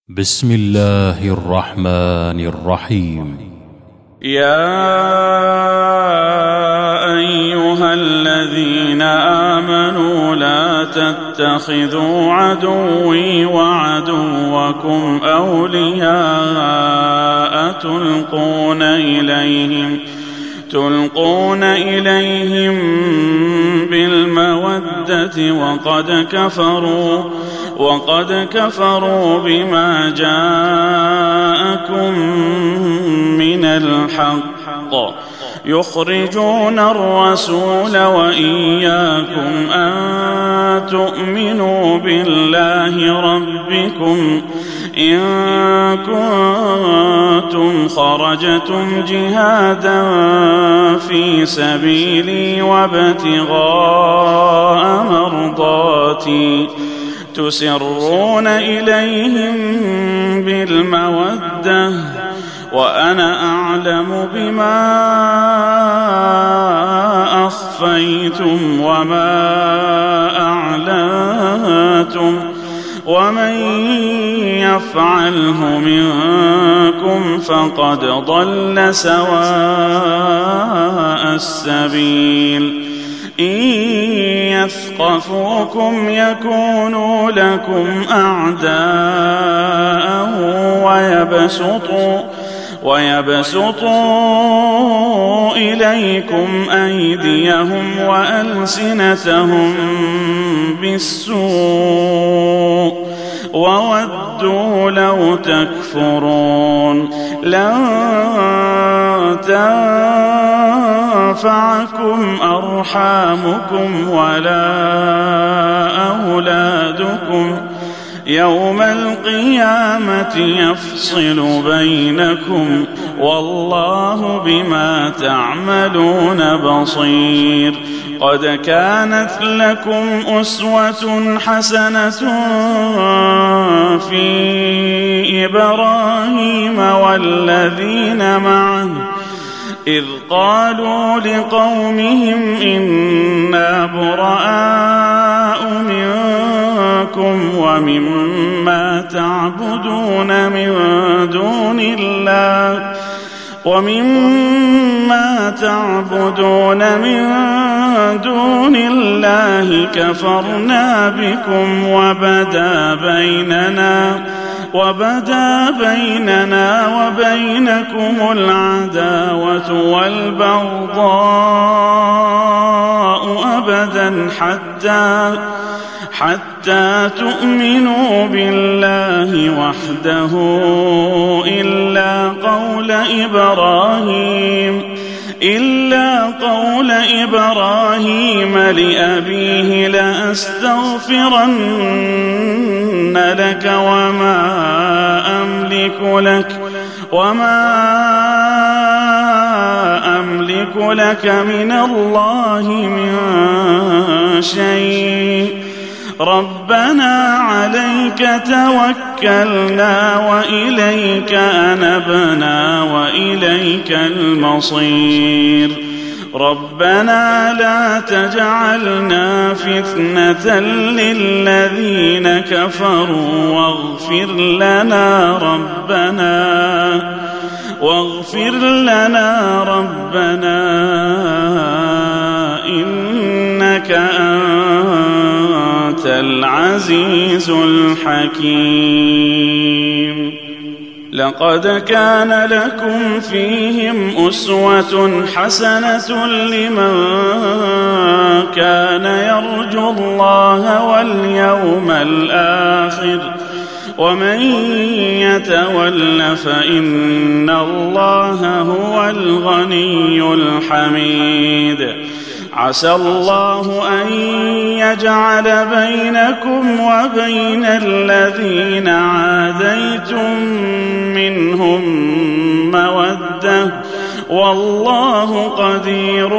بسم الله الرحمن الرحيم. يا أيها الذين آمنوا لا تتخذوا عدوي وعدوكم أولياء تلقون إليهم بالمودة وقد كفروا بما جاءكم من الحق يخرجون الرسول وإياكم أن تؤمنوا بالله ربكم إن كنتم خرجتم جهادا في سبيلي وابتغاء مرضاتي تسرون إليهم بالمودة وأنا أعلم بما أخفيتم وما أعلنتم ومن يفعله منكم فقد ضل سواء السبيل إن يثقفوكم يكونوا لكم أعداء ويبسطوا إليكم أيديهم وألسنتهم بالسوء وودوا لو تكفرون لن تنفعكم أرحامكم ولا أولادكم يوم القيامة يفصل بينكم والله بما تعملون بصير قد كانت لكم أسوة حسنة في إبراهيم والذين معه إذ قالوا لقومهم إنا براء منكم ومما تعبدون من دون الله كفرنا بكم وبدا بيننا وبينكم العداوة والبغضاء أبدا حتى تؤمنوا بالله وحده إلا قول إبراهيم لأبيه لأستغفرن لك وما أملك لك من الله من شيء ربنا عليك توكلنا وإليك أنبنا وإليك المصير ربنا لا تجعلنا فتنة للذين كفروا واغفر لنا ربنا إنك أنت العزيز الحكيم لقد كان لكم فيهم أسوة حسنة لمن كان يرجو الله واليوم الآخر ومن يتول فإن الله هو الغني الحميد عسى الله أن يجعل بينكم وبين الذين عاديتم منهم مودة والله قدير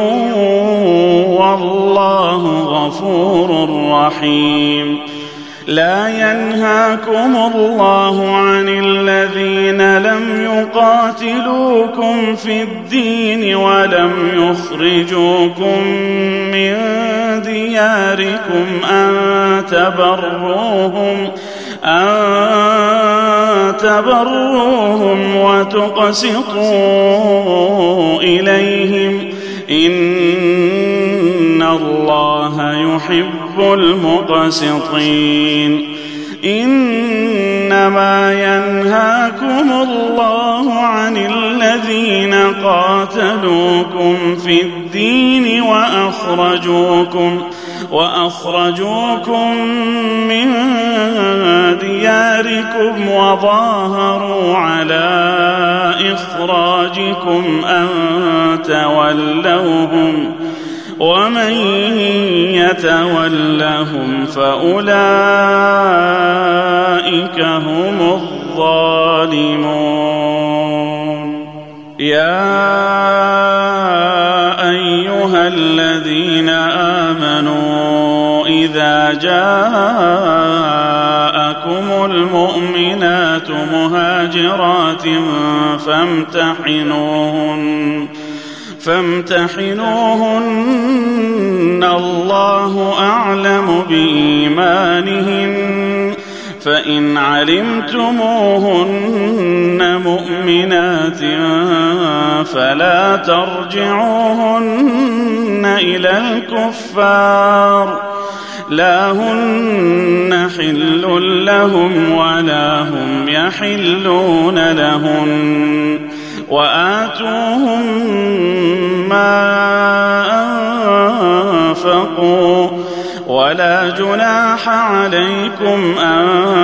والله غفور رحيم لا ينهاكم الله عن الذين لم يقاتلوكم في الدين ولم يخرجوكم من دياركم أن تبروهم وتقسطوا إليهم إن الله يحب المقسطين. إنما ينهاكم الله عن الذين قاتلوكم في الدين وأخرجوكم من دياركم وظاهروا على إخراجكم أن تولوهم ومن يتولهم فأولئك هم الظالمون. يا أيها الذين آمنوا إذا جاءكم المؤمنات مهاجرات فامتحنوهن الله أعلم بإيمانهن فإن علمتموهن مؤمنات فلا ترجعوهن إلى الكفار لا هن حل لهم ولا هم يحلون لهن وآتوهم ما أنفقوا ولا جناح عليكم أن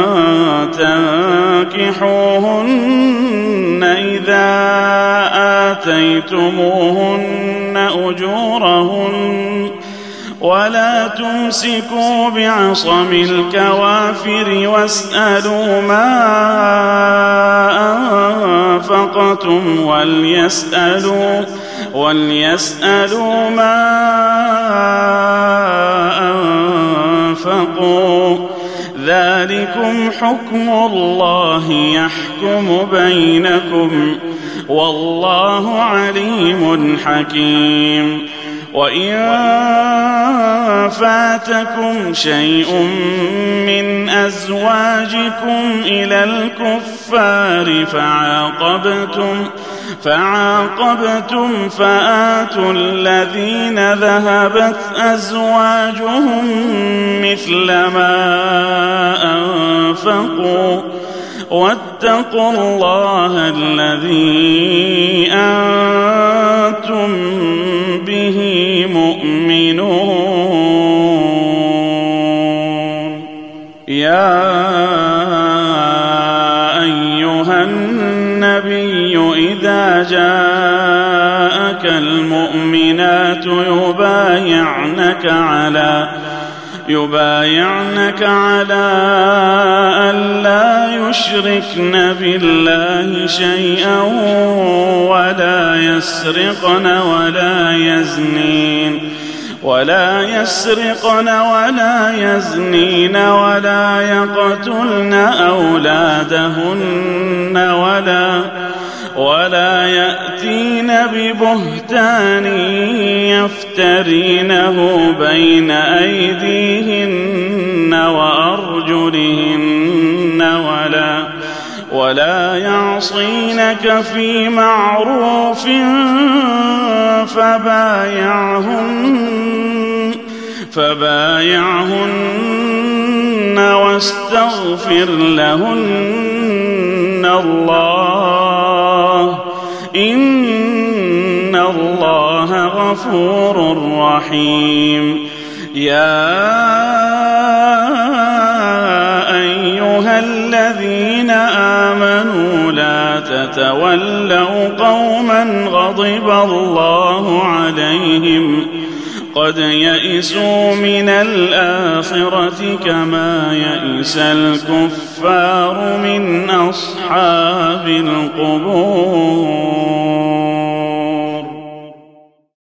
تنكحوهن إذا آتيتموهن أجورهن ولا تمسكوا بعصم الكوافر واسألوا ما أنفقتم وليسألوا ما أنفقوا ذلكم حكم الله يحكم بينكم والله عليم حكيم. وإن فاتكم شيء من أزواجكم إلى الكفار فعاقبتم فآتوا الذين ذهبت أزواجهم مثل ما أنفقوا واتقوا الله الذي أنتم به مؤمنون. يا أيها النبي إذا جاءك المؤمنات يبايعنك على أن لا يشركن بالله شيئا ولا يسرقن ولا يزنين ولا يقتلن أولادهن ولا يأتين ببهتان يفترينه بين أيديهن وأرجلهن ولا يعصينك في معروف فبايعهن واستغفر لهن الله إن الله غفور رحيم. يا أيها الذين آمنوا لا تتولوا قوما غضب الله عليهم قد يئسوا من الآخرة كما يئس الكفار من أصحاب القبور.